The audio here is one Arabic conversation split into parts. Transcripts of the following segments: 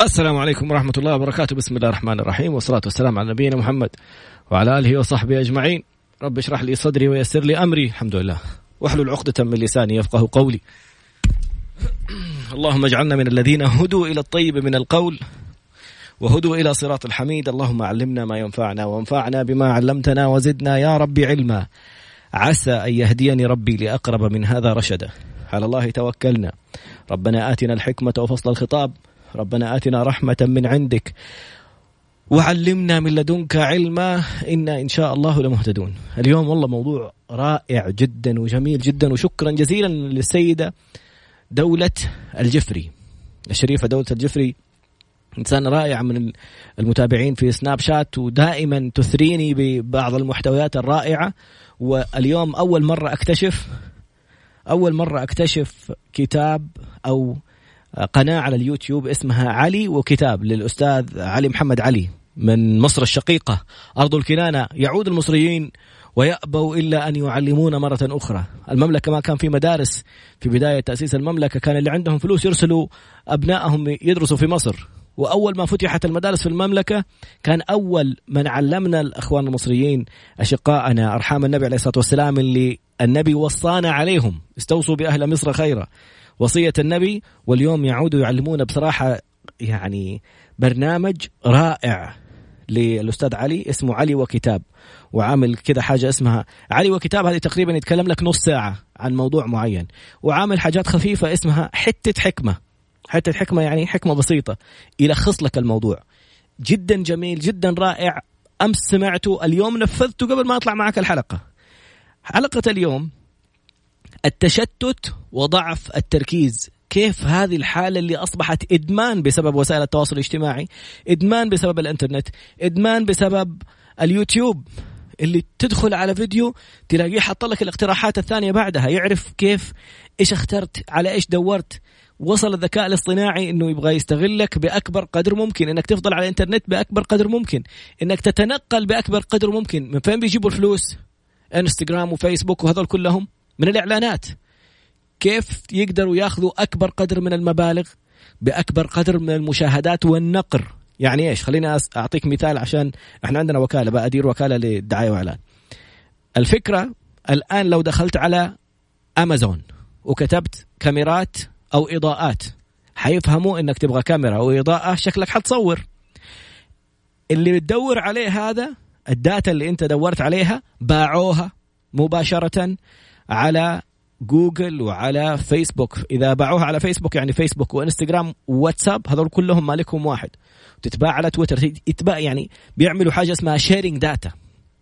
السلام عليكم ورحمة الله وبركاته. بسم الله الرحمن الرحيم، والصلاة والسلام على نبينا محمد وعلى آله وصحبه أجمعين. رب اشرح لي صدري ويسر لي أمري، الحمد لله، واحلل عقدة من لساني يفقه قولي. اللهم اجعلنا من الذين هدوا إلى الطيب من القول وهدوا إلى صراط الحميد. اللهم علمنا ما ينفعنا وانفعنا بما علمتنا وزدنا يا ربي علما. عسى أن يهديني ربي لأقرب من هذا رشدا. على الله توكلنا. ربنا آتنا الحكمة وفصل الخطاب، ربنا آتنا رحمة من عندك وعلمنا من لدنك علما، إنا إن شاء الله لمهتدون. اليوم والله موضوع رائع جدا وجميل جدا، وشكرا جزيلا للسيدة دولة الجفري الشريفة. دولة الجفري إنسان رائع من المتابعين في سناب شات، ودائما تثريني ببعض المحتويات الرائعة. واليوم أول مرة أكتشف كتاب أو قناة على اليوتيوب اسمها علي وكتاب، للأستاذ علي محمد علي من مصر الشقيقة أرض الكنانة. يعود المصريين ويأبوا إلا أن يعلمون مرة أخرى. المملكة ما كان في مدارس في بداية تأسيس المملكة، كان اللي عندهم فلوس يرسلوا أبنائهم يدرسوا في مصر. وأول ما فتحت المدارس في المملكة كان أول من علمنا الأخوان المصريين أشقاءنا أرحام النبي عليه الصلاة والسلام، اللي النبي وصانا عليهم: استوصوا بأهل مصر خيرا، وصية النبي. واليوم يعودوا يعلمون. بصراحة يعني برنامج رائع للأستاذ علي اسمه علي وكتاب، وعامل كذا حاجة اسمها علي وكتاب. هذه تقريبا يتكلم لك نص ساعة عن موضوع معين، وعامل حاجات خفيفة اسمها حتة حكمة، يعني حكمة بسيطة يلخص لك الموضوع. جدا جميل، جدا رائع. أمس سمعته، اليوم نفذته قبل ما أطلع معك الحلقة. حلقة اليوم: التشتت وضعف التركيز. كيف هذه الحالة اللي أصبحت إدمان بسبب وسائل التواصل الاجتماعي، إدمان بسبب الإنترنت، إدمان بسبب اليوتيوب، اللي تدخل على فيديو تلاقيه حط لك الاقتراحات الثانية بعدها، يعرف كيف إيش اخترت، على إيش دورت. وصل الذكاء الاصطناعي إنه يبغى يستغلك بأكبر قدر ممكن، إنك تفضل على الإنترنت بأكبر قدر ممكن، إنك تتنقل بأكبر قدر ممكن. من فين بيجيبوا الفلوس؟ انستغرام وفيسبوك وهذول كلهم من الإعلانات. كيف يقدروا ياخذوا أكبر قدر من المبالغ بأكبر قدر من المشاهدات والنقر؟ يعني إيش؟ خليني أعطيك مثال، عشان إحنا عندنا وكالة، بقى أدير وكالة للدعاية وإعلان. الفكرة الآن لو دخلت على أمازون وكتبت كاميرات أو إضاءات، حيفهموا إنك تبغى كاميرا أو إضاءة، شكلك حتصور. اللي بتدور عليه هذا الداتا اللي أنت دورت عليها، باعوها مباشرة على جوجل وعلى فيسبوك. إذا باعوها على فيسبوك يعني فيسبوك وإنستغرام وواتساب، هذول كلهم مالكهم واحد. تتباع على تويتر، يتباع، يعني بيعملوا حاجة اسمها شيرينج داتا.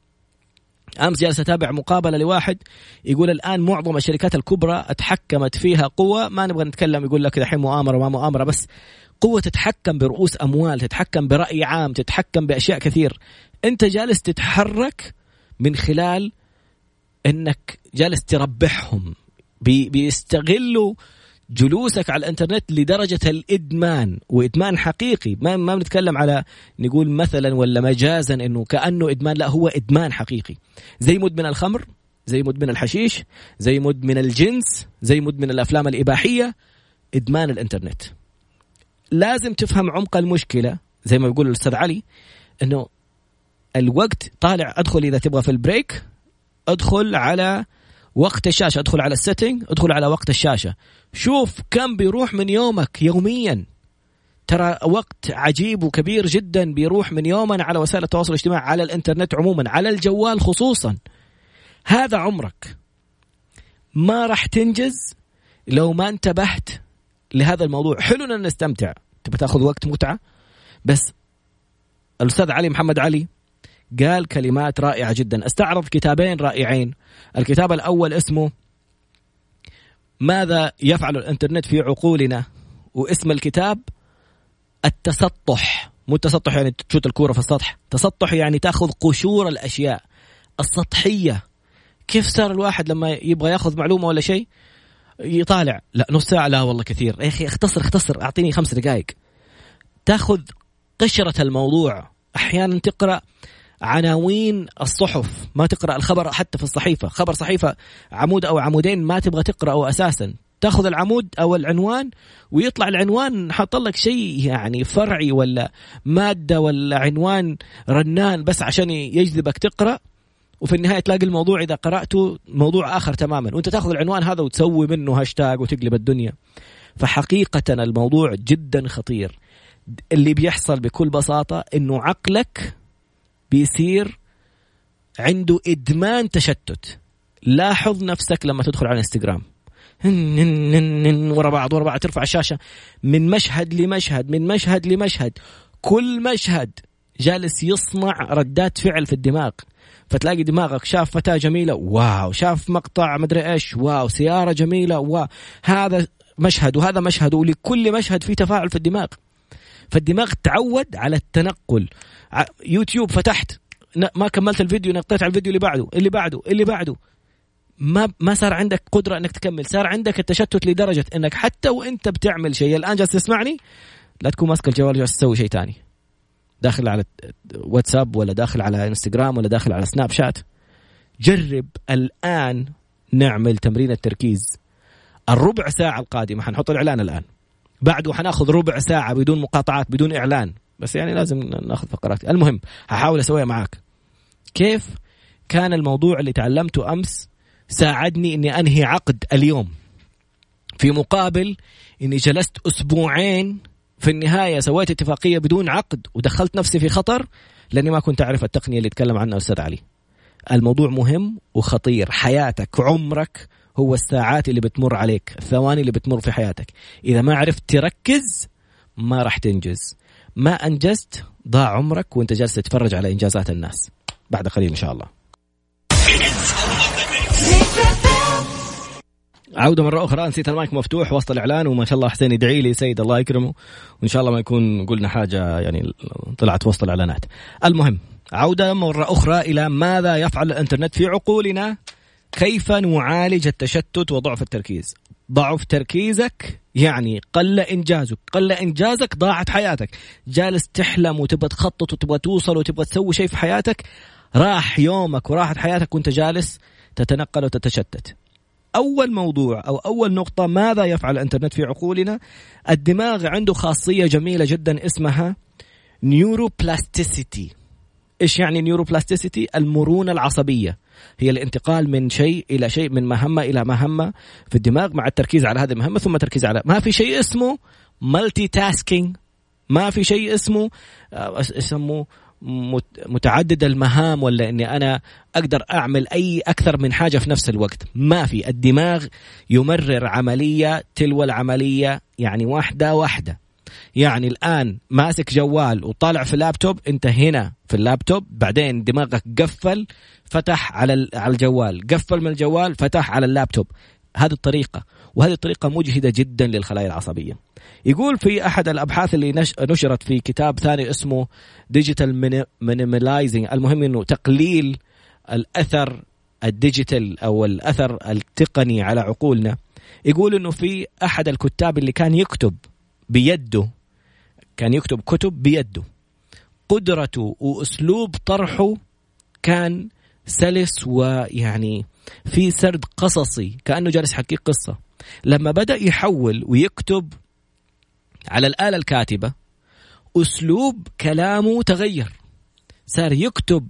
أمس جالس أتابع مقابلة لواحد يقول الآن معظم الشركات الكبرى اتحكمت فيها قوة، ما نبغى نتكلم، يقول لك الحين مؤامرة وما مؤامرة، بس قوة تتحكم برؤوس أموال، تتحكم برأي عام، تتحكم بأشياء كثير. أنت جالس تتحرك من خلال أنك جالس تربحهم. بيستغلوا جلوسك على الانترنت لدرجة الإدمان، وإدمان حقيقي. ما بنتكلم على نقول مثلا ولا مجازا إنه كأنه إدمان، لا، هو إدمان حقيقي. زي مدمن الخمر، زي مدمن الحشيش، زي مدمن الجنس، زي مدمن الأفلام الإباحية. إدمان الانترنت. لازم تفهم عمق المشكلة، زي ما بيقول الأستاذ علي، إنه الوقت طالع. أدخل إذا تبغى في البريك، أدخل على وقت الشاشة، أدخل على السيتنج، أدخل على وقت الشاشة، شوف كم بيروح من يومك يوميا. ترى وقت عجيب وكبير جدا بيروح من يومنا على وسائل التواصل الاجتماعي، على الانترنت عموما، على الجوال خصوصا. هذا عمرك، ما راح تنجز لو ما انتبهت لهذا الموضوع. حلو أن نستمتع، تبى تأخذ وقت متعة، بس الأستاذ علي محمد علي قال كلمات رائعة جدا. استعرض كتابين رائعين. الكتاب الأول اسمه ماذا يفعل الإنترنت في عقولنا، واسم الكتاب التسطح. مو التسطح يعني تشوت الكورة في السطح، تسطح يعني تأخذ قشور الأشياء السطحية. كيف صار الواحد لما يبغى يأخذ معلومة ولا شيء يطالع، لا نص ساعة، لا والله كثير يا أخي، اختصر أعطيني 5 دقائق. تأخذ قشرة الموضوع. أحيانا تقرأ عناوين الصحف، ما تقرأ الخبر حتى في الصحيفة. خبر صحيفة عمود أو عمودين ما تبغى تقرأه أساسا، تاخذ العمود أو العنوان ويطلع العنوان حط لك شيء يعني فرعي ولا مادة ولا عنوان رنان بس عشان يجذبك تقرأ، وفي النهاية تلاقي الموضوع إذا قرأته موضوع آخر تماما، وأنت تاخذ العنوان هذا وتسوي منه هاشتاج وتقلب الدنيا. فحقيقة الموضوع جدا خطير. اللي بيحصل بكل بساطة إنه عقلك بيصير عنده إدمان تشتت. لاحظ نفسك لما تدخل على انستغرام ورا بعض ترفع الشاشة من مشهد لمشهد من مشهد لمشهد، كل مشهد جالس يصنع ردات فعل في الدماغ. فتلاقي دماغك شاف فتاة جميلة واو، شاف مقطع مدري ايش واو، سيارة جميلة واو، هذا مشهد وهذا مشهد، ولكل مشهد فيه تفاعل في الدماغ. فالدماغ تعود على التنقل. يوتيوب فتحت ما كملت الفيديو، نقطيت على الفيديو اللي بعده ما صار عندك قدرة انك تكمل. صار عندك التشتت لدرجة انك حتى وانت بتعمل شيء، الان جالس تسمعني لا تكون ماسك الجوال جالس تسوي شيء تاني، داخل على واتساب ولا داخل على انستغرام ولا داخل على سناب شات. جرب الآن نعمل تمرين التركيز. الربع ساعة القادمة حنحط الإعلان الآن، بعده حناخذ ربع ساعة بدون مقاطعات بدون إعلان، بس يعني لازم ناخذ فقرات. المهم هحاول أسويها معاك. كيف كان الموضوع اللي تعلمته أمس ساعدني إني أنهي عقد اليوم، في مقابل إني جلست أسبوعين في النهاية سويت اتفاقية بدون عقد ودخلت نفسي في خطر لأني ما كنت أعرف التقنية اللي تكلم عنها أستاذ علي. الموضوع مهم وخطير. حياتك عمرك هو الساعات اللي بتمر عليك، الثواني اللي بتمر في حياتك. إذا ما عرفت تركز ما راح تنجز. ما أنجزت ضاع عمرك وانت جالس تتفرج على إنجازات الناس. بعد قليل إن شاء الله. عودة مرة أخرى. نسيت المايك مفتوح وسط الإعلان، وما شاء الله حسين يدعي لي سيد الله يكرمه، وإن شاء الله ما يكون قلنا حاجة يعني طلعت وسط الإعلانات. المهم عودة مرة أخرى إلى ماذا يفعل الإنترنت في عقولنا. كيف نعالج التشتت وضعف التركيز. ضعف تركيزك يعني قل إنجازك ضاعت حياتك. جالس تحلم وتبغى تخطط وتبغى توصل وتبغى تسوي شيء في حياتك، راح يومك وراحت حياتك وانت جالس تتنقل وتتشتت. أول موضوع أو أول نقطة، ماذا يفعل الإنترنت في عقولنا؟ الدماغ عنده خاصية جميلة جدا اسمها نيوروبلاستيسيتي. إيش يعني نيوروبلاستيسيتي؟ المرونة العصبية، هي الانتقال من شيء إلى شيء، من مهمة إلى مهمة في الدماغ مع التركيز على هذه المهمة ثم تركيز على. ما في شيء اسمه مالتي تاسكينج، ما في شيء اسمه متعدد المهام، ولا إني أنا أقدر أعمل أكثر من حاجة في نفس الوقت. ما في. الدماغ يمرر عملية تلو العملية، يعني واحدة. يعني الآن ماسك جوال وطالع في اللابتوب، أنت هنا في اللابتوب، بعدين دماغك قفل فتح على الجوال، قفل من الجوال فتح على اللابتوب. هذه الطريقة، وهذه الطريقة مجهدة جدا للخلايا العصبية. يقول في أحد الأبحاث اللي نشرت في كتاب ثاني اسمه Digital Minimalizing، المهم أنه تقليل الأثر الديجيتال أو الأثر التقني على عقولنا. يقول أنه في أحد الكتاب اللي كان يكتب بيده، كان يكتب كتب بيده، قدرته وأسلوب طرحه كان سلس، ويعني في سرد قصصي كأنه جالس يحكي قصة. لما بدأ يحول ويكتب على الآلة الكاتبة، أسلوب كلامه تغير، صار يكتب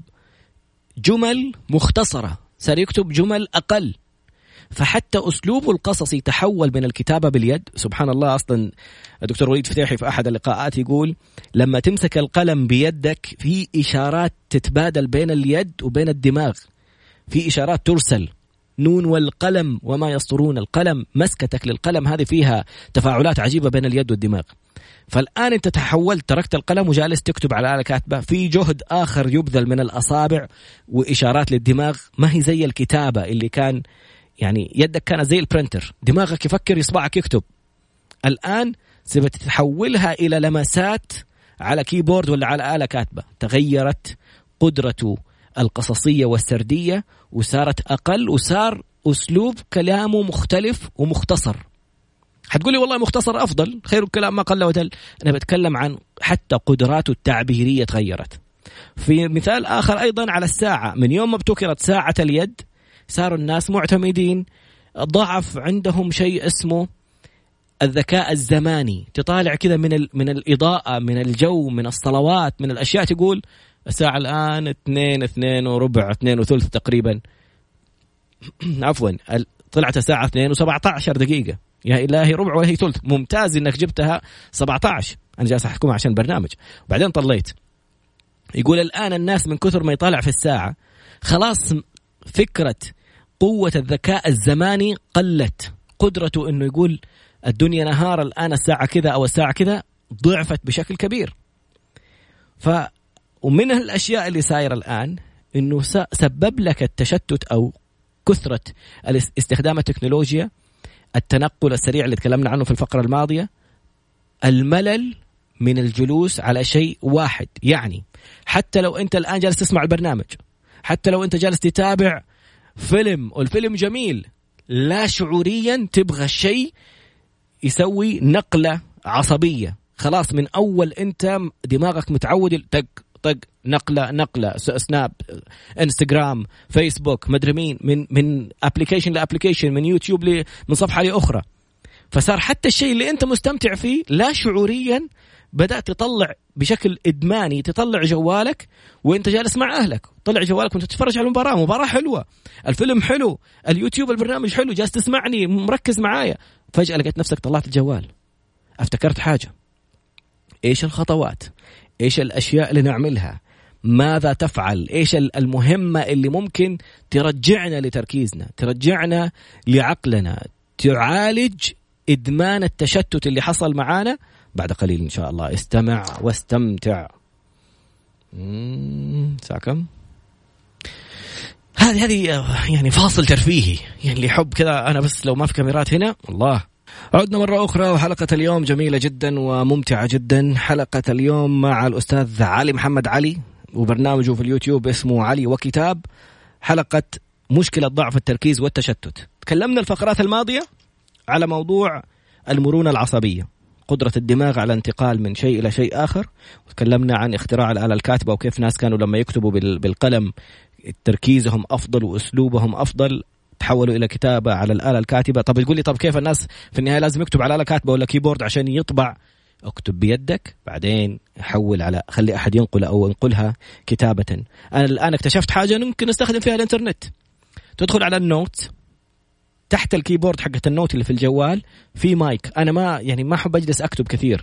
جمل مختصرة، صار يكتب جمل أقل. فحتى أسلوبه القصصي تحول من الكتابة باليد. سبحان الله، أصلا الدكتور وليد فتاحي في أحد اللقاءات يقول لما تمسك القلم بيدك في إشارات تتبادل بين اليد وبين الدماغ، في إشارات ترسل، نون والقلم وما يسطرون. القلم، مسكتك للقلم هذه فيها تفاعلات عجيبة بين اليد والدماغ. فالآن أنت تحولت، تركت القلم وجالس تكتب على آلة كاتبة، في جهد آخر يبذل من الأصابع وإشارات للدماغ. ما هي زي الكتابة اللي كان يعني يدك كانت زي البرنتر، دماغك يفكر يصبعك يكتب. الآن سبت تحولها إلى لمسات على كيبورد ولا على آلة كاتبة. تغيرت قدرته القصصية والسردية وصارت أقل، وصار أسلوب كلامه مختلف ومختصر. هتقولي والله مختصر أفضل، خير الكلام ما قل ودل. أنا بتكلم عن حتى قدراته التعبيرية تغيرت. في مثال آخر أيضا على الساعة، من يوم ما ابتكرت ساعة اليد صاروا الناس معتمدين ضعف عندهم شيء اسمه الذكاء الزماني. تطالع كذا من الإضاءة، من الجو، من الصلوات، من الأشياء، تقول الساعة الآن 2:02 2:03 تقريبا عفوا طلعت الساعة 2:17 دقيقة. يا إلهي، ربع وهي ثلث. ممتاز إنك جبتها 17. أنا جالس أحكمها عشان برنامج. وبعدين طليت. يقول الآن الناس من كثر ما يطالع في الساعة خلاص فكرة قوة الذكاء الزماني قلت. قدرته إنه يقول الدنيا نهار، الآن الساعة كذا أو الساعة كذا، ضعفت بشكل كبير. ومن الأشياء اللي صايرة الآن إنه سبب لك التشتت أو كثرة استخدام التكنولوجيا، التنقل السريع اللي تكلمنا عنه في الفقرة الماضية، الملل من الجلوس على شيء واحد. يعني حتى لو أنت الآن جالس تسمع البرنامج، حتى لو أنت جالس تتابع فيلم والفيلم جميل، لا شعوريا تبغى الشيء يسوي نقلة عصبية. خلاص من أول أنت دماغك متعود طق طق نقلة سناب، انستغرام، فيسبوك، مدري مين، من ابليكيشن لابليكيشن، من يوتيوب من صفحة لأخرى. فصار حتى الشيء اللي أنت مستمتع فيه لا شعوريا بدأت تطلع بشكل إدماني، تطلع جوالك وأنت جالس مع أهلك، طلع جوالك وأنت تتفرج على مباراة حلوة، الفيلم حلو، اليوتيوب البرنامج حلو، جالس تسمعني مركز معايا، فجأة لقيت نفسك طلعت الجوال. افتكرت حاجة، إيش الخطوات، إيش الأشياء اللي نعملها، ماذا تفعل، إيش المهمة اللي ممكن ترجعنا لتركيزنا، ترجعنا لعقلنا، تعالج إدمان التشتت اللي حصل معانا. بعد قليل إن شاء الله. استمع واستمتع. ساعة كم؟ هذه يعني فاصل ترفيهي، يعني اللي يحب كذا. أنا بس لو ما في كاميرات هنا الله. عدنا مرة أخرى، وحلقة اليوم جميلة جدا وممتعة جدا. حلقة اليوم مع الأستاذ علي محمد علي، وبرنامجه في اليوتيوب اسمه علي وكتاب. حلقة مشكلة ضعف التركيز والتشتت. تكلمنا الفقرات الماضية على موضوع المرونة العصبية، قدرة الدماغ على انتقال من شيء إلى شيء آخر. وتكلمنا عن اختراع الآلة الكاتبة، وكيف ناس كانوا لما يكتبوا بالقلم تركيزهم أفضل وأسلوبهم أفضل، تحولوا إلى كتابة على الآلة الكاتبة. طب تقول لي طب كيف الناس في النهاية لازم يكتب على آلة كاتبة ولا كيبورد عشان يطبع؟ اكتب بيدك، بعدين حول على خلي أحد ينقل أو انقلها كتابة. أنا الآن اكتشفت حاجة ممكن نستخدم فيها الإنترنت. تدخل على النوت، تحت الكيبورد حقة النوت اللي في الجوال في مايك. أنا ما أحب أجلس أكتب كثير،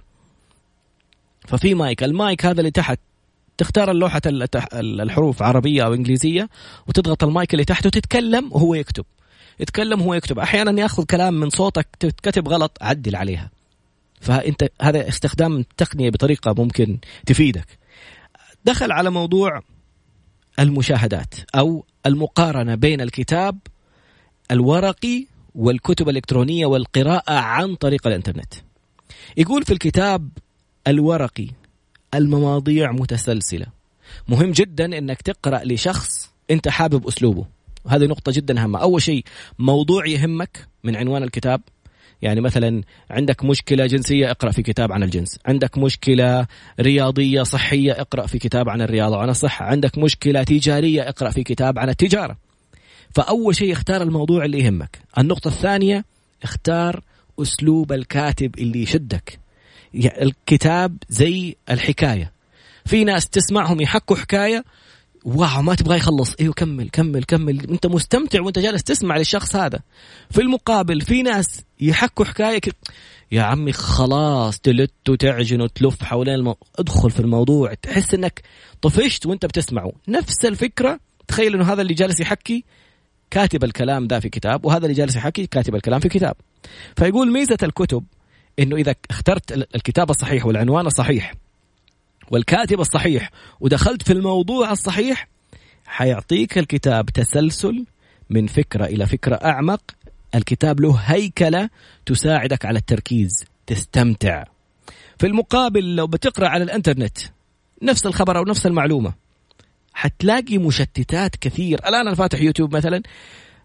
ففي مايك. المايك هذا اللي تحت تختار اللوحة الحروف عربية أو إنجليزية، وتضغط المايك اللي تحته، تتكلم وهو يكتب، يتكلم وهو يكتب. أحيانا يأخذ كلام من صوتك تكتب غلط، عدل عليها. فأنت هذا استخدام التقنية بطريقة ممكن تفيدك. دخل على موضوع المشاهدات أو المقارنة بين الكتاب الورقي والكتب الإلكترونية والقراءة عن طريق الإنترنت. يقول في الكتاب الورقي المواضيع متسلسلة. مهم جدا أنك تقرأ لشخص أنت حابب أسلوبه، وهذه نقطة جدا هامة. أول شيء موضوع يهمك من عنوان الكتاب. يعني مثلا عندك مشكلة جنسية، اقرأ في كتاب عن الجنس. عندك مشكلة رياضية صحية، اقرأ في كتاب عن الرياضة وعن الصحة. عندك مشكلة تجارية، اقرأ في كتاب عن التجارة. فأول شيء اختار الموضوع اللي يهمك. النقطة الثانية، اختار أسلوب الكاتب اللي يشدك. الكتاب زي الحكاية، في ناس تسمعهم يحكوا حكاية واو ما تبغى يخلص، ايوه كمل كمل كمل، انت مستمتع وانت جالس تسمع للشخص هذا. في المقابل في ناس يحكوا حكاية يا عمي خلاص تلت وتعجن وتلف حوالين ادخل في الموضوع، تحس انك طفشت وانت بتسمعه. نفس الفكرة، تخيل انه هذا اللي جالس يحكي كاتب الكلام ده في كتاب، وهذا اللي جالس يحكي كاتب الكلام في كتاب. فيقول ميزة الكتب انه اذا اخترت الكتاب الصحيح والعنوان الصحيح والكاتب الصحيح ودخلت في الموضوع الصحيح، حيعطيك الكتاب تسلسل من فكرة إلى فكرة أعمق. الكتاب له هيكلة تساعدك على التركيز، تستمتع. في المقابل لو بتقرأ على الانترنت نفس الخبر أو نفس المعلومة، حتلاقي مشتتات كثير. الآن أنا فاتح يوتيوب مثلا،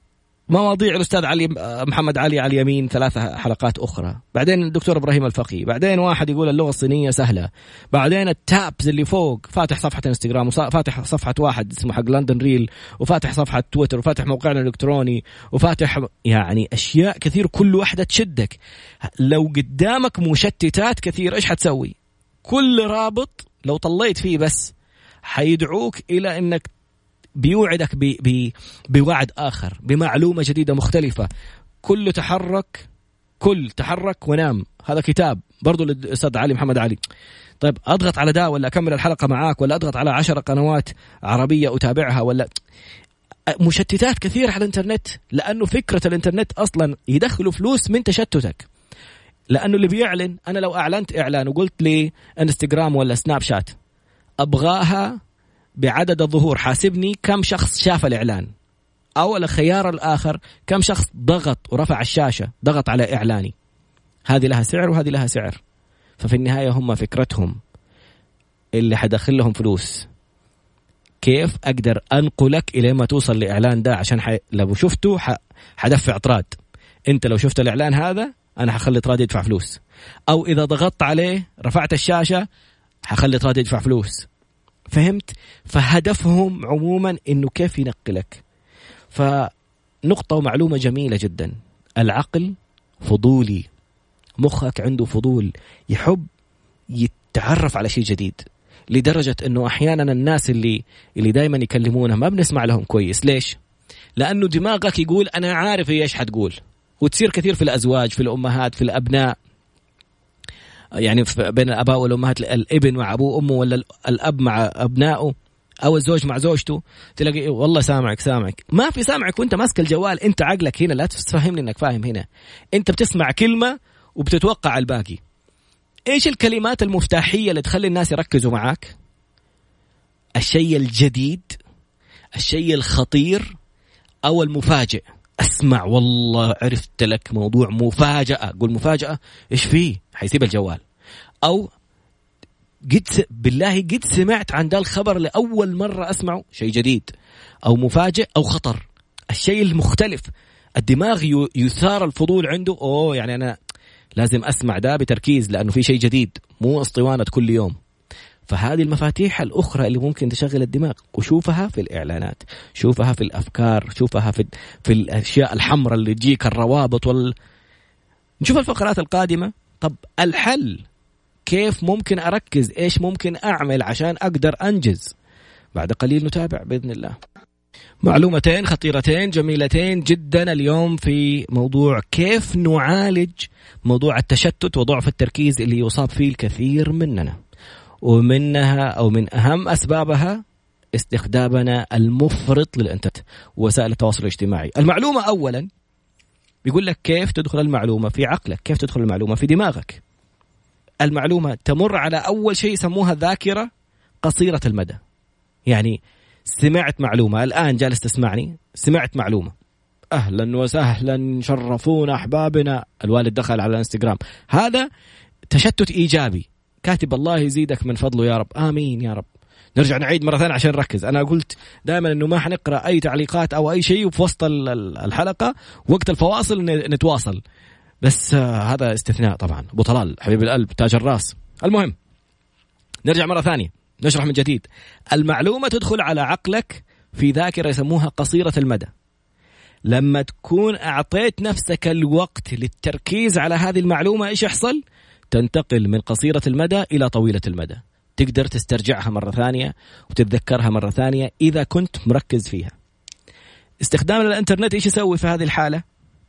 مواضيع الأستاذ علي محمد علي على اليمين 3 حلقات أخرى، بعدين الدكتور إبراهيم الفقي، بعدين واحد يقول اللغة الصينية سهلة، بعدين التابز اللي فوق، فاتح صفحة انستغرام وفاتح صفحة واحد اسمه حق لندن ريل، وفاتح صفحة تويتر، وفاتح موقعنا الإلكتروني، وفاتح يعني أشياء كثير كل واحدة تشدك. لو قدامك مشتتات كثير إيش حتسوي؟ كل رابط لو طليت فيه بس حيدعوك إلى أنك بيوعدك بوعد آخر، بمعلومة جديدة مختلفة. كل تحرك ونام، هذا كتاب برضو للأستاذ علي محمد علي. طيب أضغط على ده ولا أكمل الحلقة معاك، ولا أضغط على 10 قنوات عربية أتابعها، ولا مشتتات كثيرة على الإنترنت. لأنه فكرة الإنترنت أصلا يدخلوا فلوس من تشتتك. لأنه اللي بيعلن، أنا لو أعلنت إعلان وقلت لي انستغرام ولا سناب شات أبغاها بعدد الظهور، حاسبني كم شخص شاف الإعلان، أو الخيار الآخر كم شخص ضغط ورفع الشاشة ضغط على إعلاني. هذه لها سعر وهذه لها سعر. ففي النهاية هم فكرتهم اللي حدخل لهم فلوس. كيف أقدر أنقلك إلى ما توصل لإعلان ده؟ عشان لو شفته حدفع طراد. أنت لو شفت الإعلان هذا أنا حخلي طراد يدفع فلوس، أو إذا ضغطت عليه رفعت الشاشة حخلي طراد يدفع فلوس. فهمت؟ فهدفهم عموما إنه كيف ينقلك. فنقطة ومعلومة جميلة جدا، العقل فضولي، مخك عنده فضول، يحب يتعرف على شيء جديد، لدرجة إنه أحيانا الناس اللي دايما يكلمونها ما بنسمع لهم كويس. ليش؟ لأنه دماغك يقول أنا عارف إيش حتقول. وتصير كثير في الأزواج، في الأمهات، في الأبناء، يعني بين الآباء والأمهات، الابن مع أبوه وأمه، ولا الأب مع أبنائه، أو الزوج مع زوجته. تلاقي والله سامعك ما في سامعك وأنت ماسك الجوال. أنت عقلك هنا لا تفهمني إنك فاهم هنا. أنت بتسمع كلمة وبتتوقع الباقي. إيش الكلمات المفتاحية اللي تخلي الناس يركزوا معاك؟ الشيء الجديد، الشيء الخطير، أو المفاجئ. أسمع والله عرفت لك موضوع مفاجأة، قول مفاجأة إيش فيه؟ حيسيب الجوال. أو بالله قد سمعت عن ده الخبر لأول مرة أسمعه، شيء جديد أو مفاجئ أو خطر، الشيء المختلف. الدماغ يثار الفضول عنده، يعني أنا لازم أسمع ده بتركيز لأنه في شيء جديد، مو اسطوانة كل يوم. فهذه المفاتيح الأخرى اللي ممكن تشغل الدماغ. وشوفها في الإعلانات، شوفها في الأفكار، شوفها في الأشياء الحمراء اللي تجيك، الروابط نشوف الفقرات القادمة. طب الحل كيف ممكن أركز؟ إيش ممكن أعمل عشان أقدر أنجز؟ بعد قليل نتابع بإذن الله. معلومتين خطيرتين جميلتين جدا اليوم في موضوع كيف نعالج موضوع التشتت وضعف التركيز اللي يصاب فيه الكثير مننا، ومنها أو من أهم أسبابها استخدامنا المفرط للإنترنت ووسائل التواصل الاجتماعي. المعلومة أولا بيقول لك كيف تدخل المعلومة في عقلك، كيف تدخل المعلومة في دماغك. المعلومة تمر على أول شيء يسموها ذاكرة قصيرة المدى. يعني سمعت معلومة، الآن جالس تسمعني، سمعت معلومة، أهلا وسهلا شرفونا أحبابنا، الوالد دخل على الانستغرام، هذا تشتت إيجابي، كاتب الله يزيدك من فضله يا رب، آمين يا رب. نرجع نعيد مرة ثانية عشان نركز. أنا قلت دائما أنه ما حنقرأ أي تعليقات أو أي شيء وفي وسط الحلقة وقت الفواصل نتواصل، بس هذا استثناء طبعا. أبو طلال حبيب القلب تاج الراس. المهم نرجع مرة ثانية نشرح من جديد. المعلومة تدخل على عقلك في ذاكرة يسموها قصيرة المدى. لما تكون أعطيت نفسك الوقت للتركيز على هذه المعلومة إيش يحصل؟ تنتقل من قصيرة المدى إلى طويلة المدى، تقدر تسترجعها مرة ثانية وتتذكرها مرة ثانية إذا كنت مركز فيها. استخدام الإنترنت إيش يسوي في هذه الحالة؟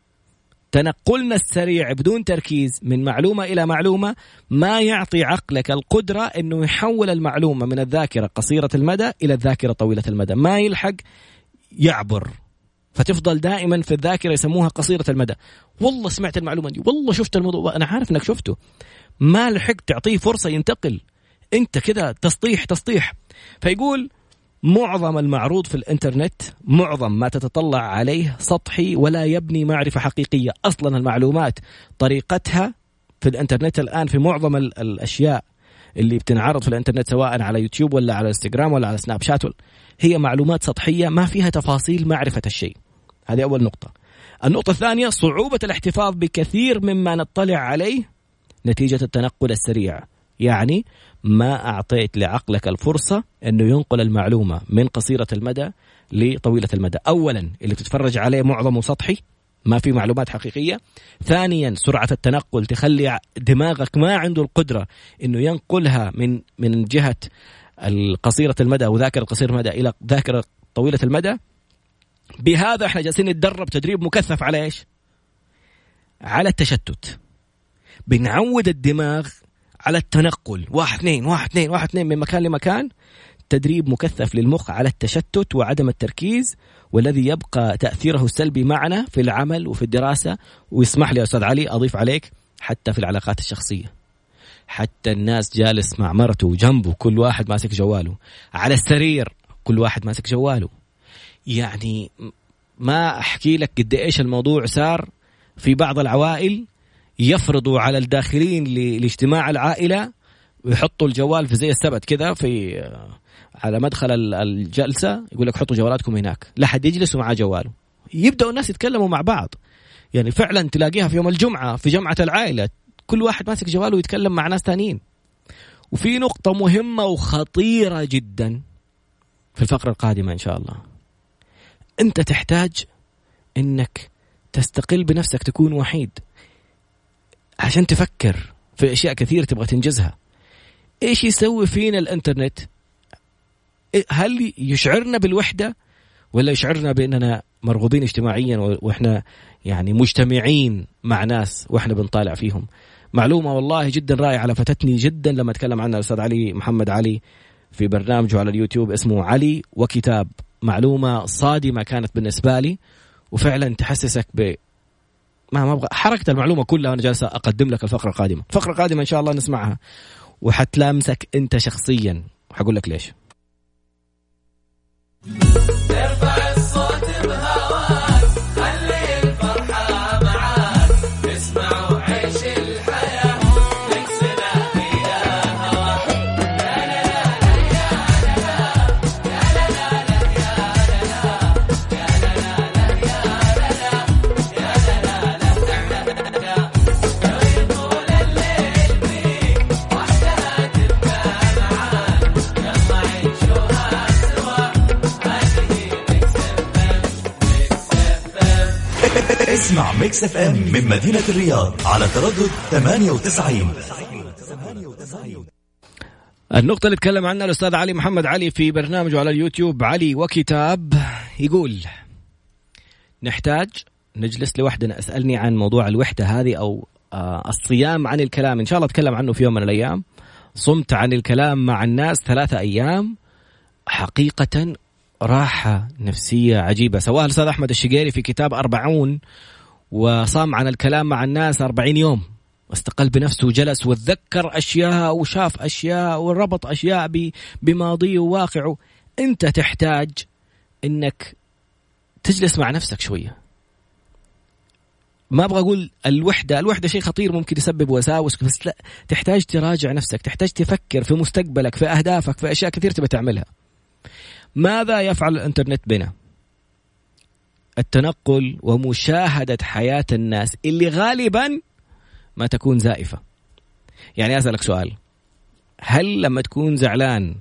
تنقلنا السريع بدون تركيز من معلومة إلى معلومة ما يعطي عقلك القدرة أنه يحول المعلومة من الذاكرة قصيرة المدى إلى الذاكرة طويلة المدى، ما يلحق يعبر، فتفضل دائما في الذاكرة يسموها قصيرة المدى. والله سمعت المعلومة دي، والله شفت الموضوع، أنا عارف أنك شفته، ما لحق تعطيه فرصة ينتقل، أنت كده تسطيح. فيقول معظم المعروض في الإنترنت، معظم ما تتطلع عليه سطحي ولا يبني معرفة حقيقية. أصلا المعلومات طريقتها في الإنترنت الآن في معظم الأشياء اللي بتنعرض في الإنترنت سواء على يوتيوب ولا على انستغرام ولا على سناب شات هي معلومات سطحية ما فيها تفاصيل معرفة الشيء. هذه أول نقطة. النقطة الثانية صعوبة الاحتفاظ بكثير مما نطلع عليه نتيجة التنقل السريع. يعني ما أعطيت لعقلك الفرصة أنه ينقل المعلومة من قصيرة المدى لطويلة المدى. أولا اللي بتتفرج عليه معظمه سطحي، ما في معلومات حقيقية. ثانيا سرعة التنقل تخلي دماغك ما عنده القدرة أنه ينقلها من جهة القصيرة المدى وذاكرة قصير المدى إلى ذاكرة طويلة المدى. بهذا احنا جالسين نتدرب تدريب مكثف على ايش؟ على التشتت. بنعود الدماغ على التنقل 1 2 1 2 1 2 من مكان لمكان. تدريب مكثف للمخ على التشتت وعدم التركيز، والذي يبقى تأثيره السلبي معنا في العمل وفي الدراسة. ويسمح لي يا أستاذ علي أضيف عليك حتى في العلاقات الشخصية. حتى الناس جالس مع مرته جنبه كل واحد ماسك جواله، على السرير كل واحد ماسك جواله. يعني ما أحكي لك قد إيش الموضوع صار في بعض العوائل، يفرضوا على الداخلين لاجتماع العائلة ويحطوا الجوال في زي السبت كذا في على مدخل الجلسة، يقول لك حطوا جوالاتكم هناك، لا حد يجلس ومعاه جواله. يبدأوا الناس يتكلموا مع بعض. يعني فعلا تلاقيها في يوم الجمعة في جمعة العائلة كل واحد ماسك جواله ويتكلم مع ناس تانيين. وفي نقطة مهمة وخطيرة جدا في الفقرة القادمة إن شاء الله. أنت تحتاج إنك تستقل بنفسك، تكون وحيد عشان تفكر في أشياء كثيرة تبغى تنجزها. إيش يسوي فينا الإنترنت؟ هل يشعرنا بالوحدة ولا يشعرنا بأننا مرغوبين اجتماعيا وإحنا يعني مجتمعين مع ناس وإحنا بنطالع فيهم؟ معلومة والله جدا رائعة لفتتني جدا لما تكلم عنها الأستاذ علي محمد علي في برنامجه على اليوتيوب اسمه علي وكتاب. معلومة صادمة كانت بالنسبة لي، وفعلا تحسسك ما أبغى حركة المعلومة كلها وأنا جالس أقدم لك الفقرة القادمة. الفقرة القادمة إن شاء الله نسمعها وحتلامسك أنت شخصيا، وحقول لك ليش. ارفع الصوت بهواك، خلي الفرحة معاك، اسمع وعيش الحياة، نكسنا فيها هواك. لا لا لا يا لا يا لا لا لا يا لا لا يا لا لا يا يطول الليل بيك وحدها تبقى معاك، يلا عيشوها سوا. اسمع ميكس اف ام من مدينة الرياض على تردد 98. النقطة اللي تكلم عنها الأستاذ علي محمد علي في برنامجه على اليوتيوب علي وكتاب، يقول نحتاج نجلس لوحدنا. أسألني عن موضوع الوحدة هذه أو الصيام عن الكلام، إن شاء الله أتكلم عنه في يوم من الأيام. صمت عن الكلام مع الناس 3 أيام، حقيقة راحة نفسية عجيبة. سواها الأستاذ أحمد الشقيري في كتاب 40، وصام عن الكلام مع الناس 40 يوم، واستقل بنفسه وجلس وتذكر أشياء وشاف أشياء وربط أشياء بماضيه وواقعه. أنت تحتاج أنك تجلس مع نفسك شوية. ما أبغى أقول الوحدة شيء خطير ممكن يسبب وساوس، بس لا، تحتاج تراجع نفسك، تحتاج تفكر في مستقبلك، في أهدافك، في أشياء كثير تبي تعملها. ماذا يفعل الإنترنت بنا؟ التنقل ومشاهدة حياة الناس اللي غالبا ما تكون زائفة. يعني أسألك سؤال، هل لما تكون زعلان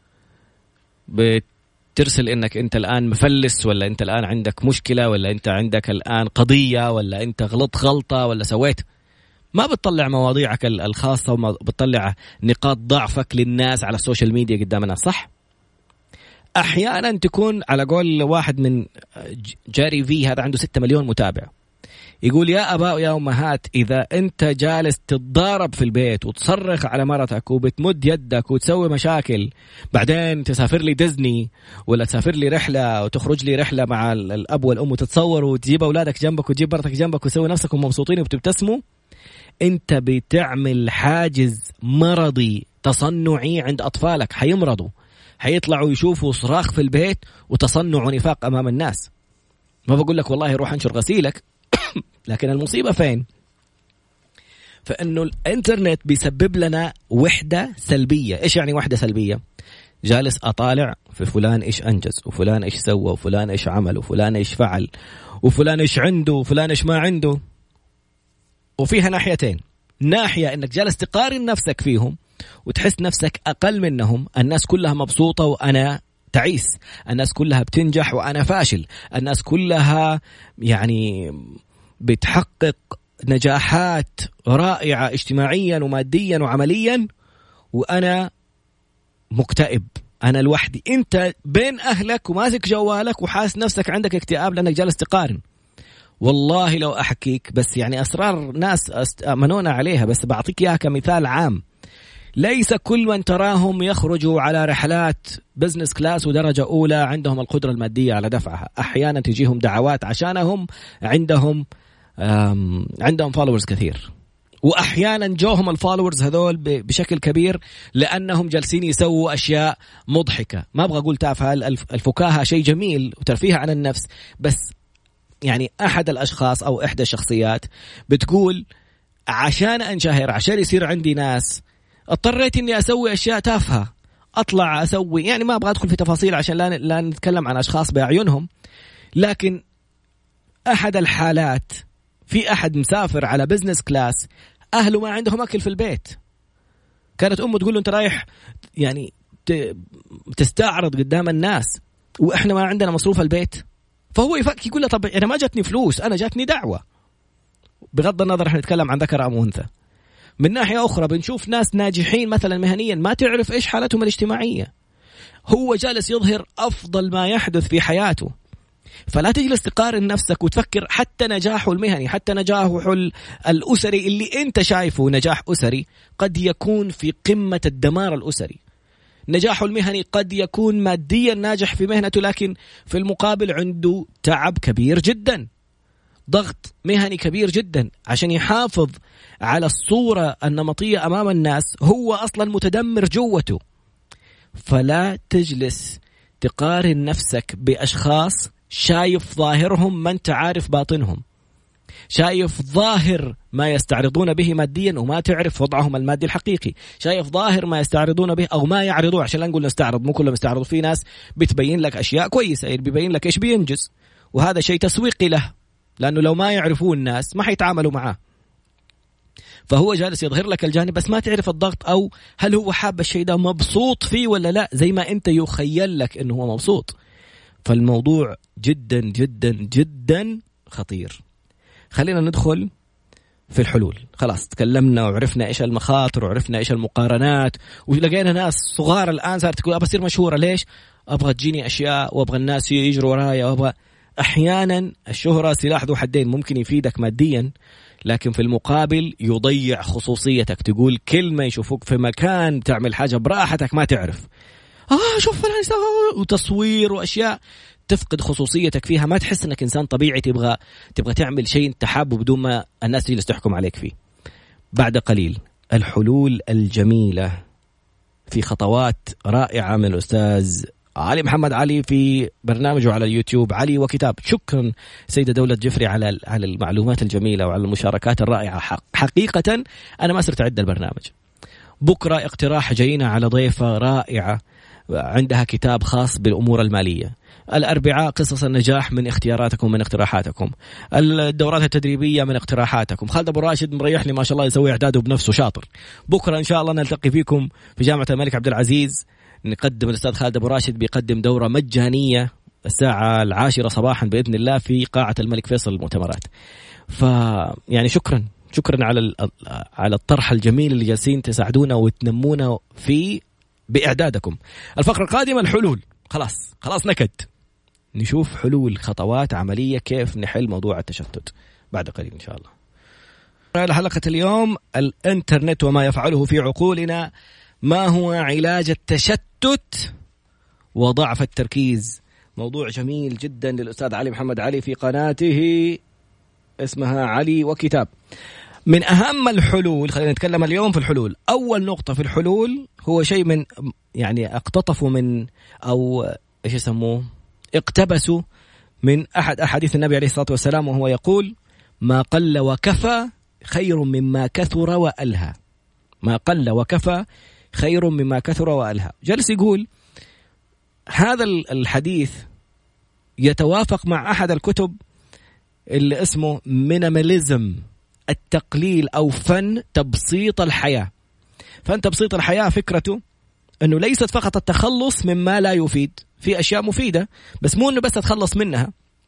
بترسل إنك أنت الآن مفلس، ولا أنت الآن عندك مشكلة، ولا أنت عندك الآن قضية، ولا أنت غلطة، ولا سويت؟ ما بتطلع مواضيعك الخاصة وما بتطلع نقاط ضعفك للناس على السوشيال ميديا قدام الناس، صح؟ أحيانا تكون على قول واحد من جاري في، هذا عنده 6 مليون متابع، يقول يا أباء ويا أمهات، إذا أنت جالس تتضارب في البيت وتصرخ على مرتك وبتمد يدك وتسوي مشاكل، بعدين تسافر لي ديزني ولا تسافر لي رحلة وتخرج لي رحلة مع الأب والأم وتتصور وتجيب أولادك جنبك وتجيب مرتك جنبك وتسوي نفسكم مبسوطين وبتبتسموا، أنت بتعمل حاجز مرضي تصنعي عند أطفالك. حيمرضوا، حيطلعوا يشوفوا صراخ في البيت وتصنع ونفاق أمام الناس. ما بقول لك والله روح انشر غسيلك لكن المصيبة فين؟ فإنه الإنترنت بيسبب لنا وحدة سلبية. إيش يعني وحدة سلبية؟ جالس أطالع في فلان إيش أنجز، وفلان إيش سوى، وفلان إيش عمل، وفلان إيش فعل، وفلان إيش عنده، وفلان إيش ما عنده. وفيها ناحيتين، ناحية إنك جالس تقارن نفسك فيهم وتحس نفسك أقل منهم. الناس كلها مبسوطة وأنا تعيس، الناس كلها بتنجح وأنا فاشل، الناس كلها يعني بتحقق نجاحات رائعة اجتماعيا وماديا وعمليا وأنا مكتئب، أنا لوحدي. أنت بين أهلك وماسك جوالك وحاس نفسك عندك اكتئاب لأنك جالس تقارن. والله لو أحكيك بس يعني أسرار ناس أمنونا عليها، بس بعطيك إياها كمثال عام. ليس كل من تراهم يخرجوا على رحلات بزنس كلاس ودرجة أولى عندهم القدرة المادية على دفعها. أحيانا تجيهم دعوات عشانهم عندهم فولورز كثير، وأحيانا جوهم الفولورز هذول بشكل كبير لأنهم جالسين يسووا أشياء مضحكة. ما أبغى أقول تافهة، الفكاهة شيء جميل وترفيه عن النفس، بس يعني أحد الأشخاص أو إحدى الشخصيات بتقول عشان أنشهر، عشان يصير عندي ناس، اضطريت إني أسوي أشياء تافهة، أطلع أسوي، يعني ما أبغى أدخل في تفاصيل عشان لا نتكلم عن أشخاص بأعينهم. لكن أحد الحالات في أحد مسافر على بزنس كلاس، أهله ما عندهم أكل في البيت، كانت أمه تقول له أنت رايح يعني تستعرض قدام الناس وإحنا ما عندنا مصروف البيت. فهو يفكر يقول له طب أنا ما جاتني فلوس، أنا جاتني دعوة. بغض النظر إحنا نتكلم عن ذكر أم أنثى. من ناحية أخرى بنشوف ناس ناجحين مثلا مهنيا ما تعرف إيش حالتهم الاجتماعية، هو جالس يظهر أفضل ما يحدث في حياته. فلا تجلس تقارن نفسك وتفكر حتى نجاحه المهني، حتى نجاحه الأسري اللي أنت شايفه نجاح أسري قد يكون في قمة الدمار الأسري. نجاحه المهني قد يكون ماديا ناجح في مهنته، لكن في المقابل عنده تعب كبير جدا، ضغط مهني كبير جدا عشان يحافظ على الصورة النمطية أمام الناس، هو أصلا متدمر جوته. فلا تجلس تقارن نفسك بأشخاص شايف ظاهرهم ما أنت عارف باطنهم، شايف ظاهر ما يستعرضون به ماديا وما تعرف وضعهم المادي الحقيقي، شايف ظاهر ما يستعرضون به أو ما يعرضوه. عشان لا نقول نستعرض، مو كلهم يستعرضوا، في ناس بتبين لك أشياء كويسة، بيبين لك إيش بينجز، وهذا شيء تسويقي له، لأنه لو ما يعرفوه الناس ما حيتعاملوا معاه. فهو جالس يظهر لك الجانب بس ما تعرف الضغط، أو هل هو حاب الشيء ده مبسوط فيه ولا لا، زي ما أنت يخيل لك أنه هو مبسوط. فالموضوع جدا جدا جدا خطير. خلينا ندخل في الحلول. خلاص تكلمنا وعرفنا إيش المخاطر وعرفنا إيش المقارنات، ولقينا ناس صغار الآن صارت تقول أبغى أصير مشهورة. ليش؟ أبغى تجيني أشياء وأبغى الناس يجروا ورايا وأبغى. أحيانا الشهرة سلاح ذو حدين، ممكن يفيدك ماديا لكن في المقابل يضيع خصوصيتك. تقول كلمة يشوفوك في مكان تعمل حاجة براحتك ما تعرف، شوف فلان يسوي، وتصوير وأشياء تفقد خصوصيتك فيها، ما تحس أنك إنسان طبيعي تبغى تعمل شيء أنت حابه بدون ما الناس تجلس تحكم عليك فيه. بعد قليل الحلول الجميلة في خطوات رائعة من الأستاذ علي محمد علي في برنامجه على اليوتيوب علي وكتاب. شكرا سيدة دولة جفري على المعلومات الجميلة وعلى المشاركات الرائعة. حقيقة أنا ما صرت أعد البرنامج. بكرة اقتراح جاينا على ضيفة رائعة عندها كتاب خاص بالأمور المالية. الأربعاء قصص النجاح من اختياراتكم من اقتراحاتكم. الدورات التدريبية من اقتراحاتكم. خالد أبو راشد مريح لي ما شاء الله يسوي إعداده بنفسه شاطر. بكرة إن شاء الله نلتقي فيكم في جامعة الملك عبد العزيز. نقدم الأستاذ خالد أبو راشد بيقدم دورة مجانية الساعة 10 صباحا بإذن الله في قاعة الملك فيصل للمؤتمرات. يعني شكرا على الطرح الجميل اللي جالسين تساعدونا وتنمونا في بإعدادكم. الفقرة القادمة الحلول. خلاص نكد نشوف حلول، خطوات عملية كيف نحل موضوع التشتت بعد قليل إن شاء الله. على حلقة اليوم الإنترنت وما يفعله في عقولنا، ما هو علاج التشتت وضعف التركيز. موضوع جميل جدا للأستاذ علي محمد علي في قناته اسمها علي وكتاب. من أهم الحلول، خلينا نتكلم اليوم في الحلول. أول نقطة في الحلول هو شيء من يعني اقتطفوا من أو إيش يسموه اقتبسوا من أحد أحاديث النبي عليه الصلاة والسلام، وهو يقول ما قل وكفى خير مما كثر وألهى. ما قل وكفى خير مما كثر وألهى. جلس يقول هذا الحديث يتوافق مع أحد الكتب اللي اسمه مينيماليزم، التقليل أو فن تبسيط الحياة. فن تبسيط الحياة فكرته أنه ليست فقط التخلص مما لا يفيد، في أشياء مفيدة بس مو أنه بس أتخلص منها،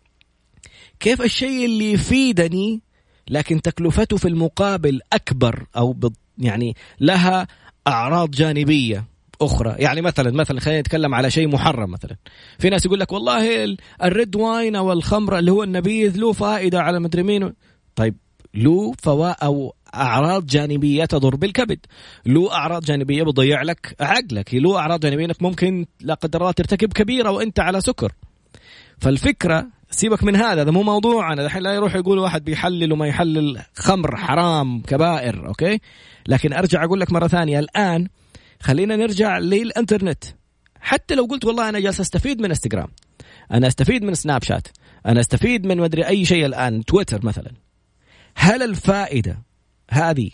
كيف الشيء اللي يفيدني لكن تكلفته في المقابل أكبر أو يعني لها أعراض جانبية أخرى. يعني مثلا خلينا نتكلم على شيء محرم. مثلا في ناس يقول لك والله الريد واين أو الخمر اللي هو النبيذ له فائدة على مدري مين. طيب له فوائد أو أعراض جانبية تضر بالكبد، له أعراض جانبية بضيع لك عقلك، له أعراض جانبية إنك ممكن لا قدر الله ترتكب كبيرة وأنت على سكر. فالفكرة سيبك من هذا مو موضوعنا دحين. لا يروح يقول واحد بيحلل وما يحلل خمر حرام كبائر، أوكي؟ لكن أرجع أقول لك مرة ثانية، الآن خلينا نرجع للإنترنت. حتى لو قلت والله أنا جالس أستفيد من انستغرام، أنا أستفيد من سناب شات، أنا أستفيد من مدري أي شيء الآن، تويتر مثلا، هل الفائدة هذه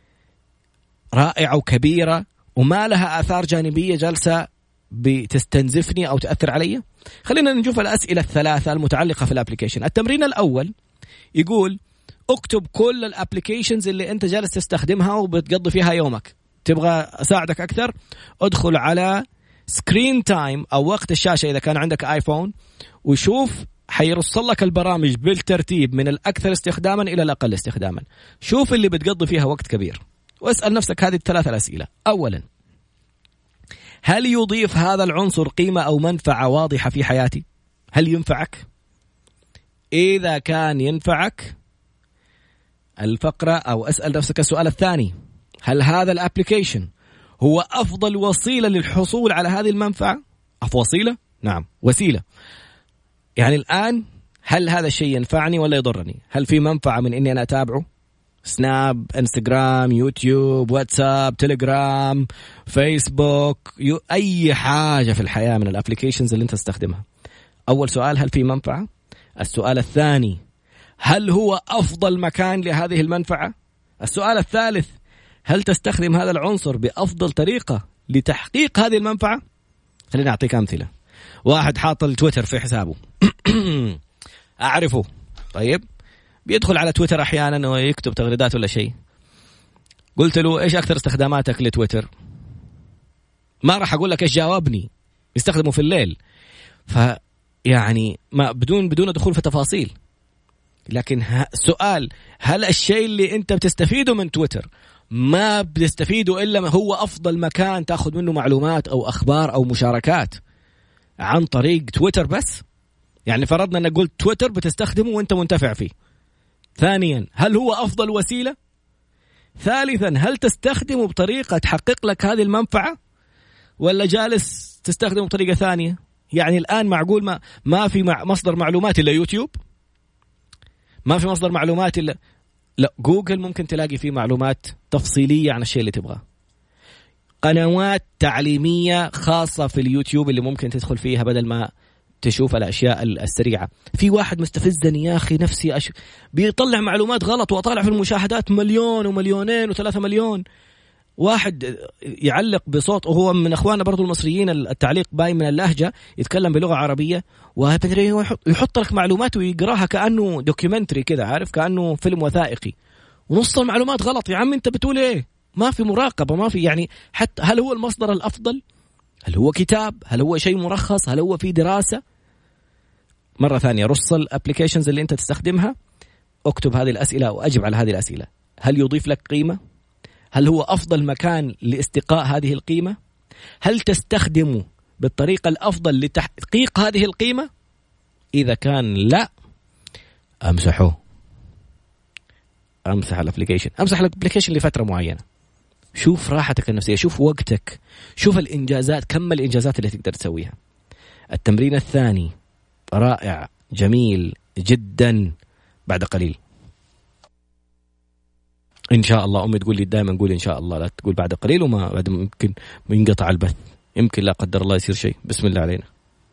رائعة وكبيرة وما لها آثار جانبية جالسة بتستنزفني أو تأثر علي؟ خلينا نشوف الأسئلة الثلاثة المتعلقة في الابليكيشن. التمرين الأول يقول اكتب كل الابليكيشنز اللي أنت جالس تستخدمها وبتقضي فيها يومك. تبغى أساعدك أكثر؟ ادخل على سكرين تايم أو وقت الشاشة إذا كان عندك آيفون وشوف، حيرسل لك البرامج بالترتيب من الأكثر استخداما إلى الأقل استخداما. شوف اللي بتقضي فيها وقت كبير واسأل نفسك هذه الثلاثة الأسئلة. أولا، هل يضيف هذا العنصر قيمة أو منفعة واضحة في حياتي؟ هل ينفعك؟ إذا كان ينفعك الفقرة أو أسأل نفسك السؤال الثاني، هل هذا الابليكيشن هو أفضل وسيلة للحصول على هذه المنفعة؟ وسيلة؟ نعم وسيلة. يعني الآن هل هذا الشيء ينفعني ولا يضرني؟ هل في منفعة من إني أنا أتابعه؟ سناب، انستغرام، يوتيوب، واتساب، تليجرام، فيسبوك، أي حاجة في الحياة من الابليكيشنز اللي أنت تستخدمها. أول سؤال، هل في منفعة؟ السؤال الثاني، هل هو أفضل مكان لهذه المنفعة؟ السؤال الثالث، هل تستخدم هذا العنصر بأفضل طريقة لتحقيق هذه المنفعة؟ خليني أعطيك أمثلة. واحد حاط التويتر في حسابه أعرفه، طيب بيدخل على تويتر أحيانا ويكتب تغريدات ولا شيء. قلت له إيش أكثر استخداماتك لتويتر؟ ما راح أقول لك إيش جاوبني، يستخدمه في الليل. فيعني ما بدون دخول في تفاصيل، لكن سؤال، هل الشيء اللي أنت بتستفيده من تويتر ما بتستفيده إلا ما هو أفضل مكان تأخذ منه معلومات أو أخبار أو مشاركات عن طريق تويتر بس؟ يعني فرضنا أن قلت تويتر بتستخدمه وأنت منتفع فيه. ثانيا، هل هو أفضل وسيلة؟ ثالثا، هل تستخدمه بطريقة تحقق لك هذه المنفعة ولا جالس تستخدمه بطريقة ثانية؟ يعني الآن معقول ما في مصدر معلومات إلا يوتيوب؟ ما في مصدر معلومات إلا لا جوجل، ممكن تلاقي فيه معلومات تفصيلية عن الشيء اللي تبغاه. قنوات تعليمية خاصة في اليوتيوب اللي ممكن تدخل فيها بدل ما تشوف الأشياء السريعة. في واحد مستفزني يا أخي نفسي بيطلع معلومات غلط وأطالع في المشاهدات 1,000,000 و2,000,000 و3 مليون. واحد يعلق بصوت وهو من أخواننا برضو المصريين، التعليق باين من اللهجة، يتكلم بلغة عربية ويحط لك معلومات ويقراها كأنه دوكيومنتري كذا، عارف، كأنه فيلم وثائقي، ونص المعلومات غلط. يا عم أنت بتقول إيه؟ ما في مراقبة، ما في يعني حتى هل هو المصدر الأفضل؟ هل هو كتاب؟ هل هو شيء مرخص؟ هل هو في دراسة؟ مرة ثانية، رص الابليكيشنز اللي أنت تستخدمها، اكتب هذه الأسئلة وأجب على هذه الأسئلة. هل يضيف لك قيمة؟ هل هو أفضل مكان لاستقاء هذه القيمة؟ هل تستخدمه بالطريقة الأفضل لتحقيق هذه القيمة؟ إذا كان لا، أمسح الابليكيشن لفترة معينة. شوف راحتك النفسية، شوف وقتك، شوف الإنجازات، كم الإنجازات اللي تقدر تسويها. التمرين الثاني رائع جميل جدا بعد قليل إن شاء الله. أمي تقول لي دائما قول إن شاء الله، لا تقول بعد قليل، وما بعد ممكن ينقطع البث، يمكن لا قدر الله يصير شيء. بسم الله علينا،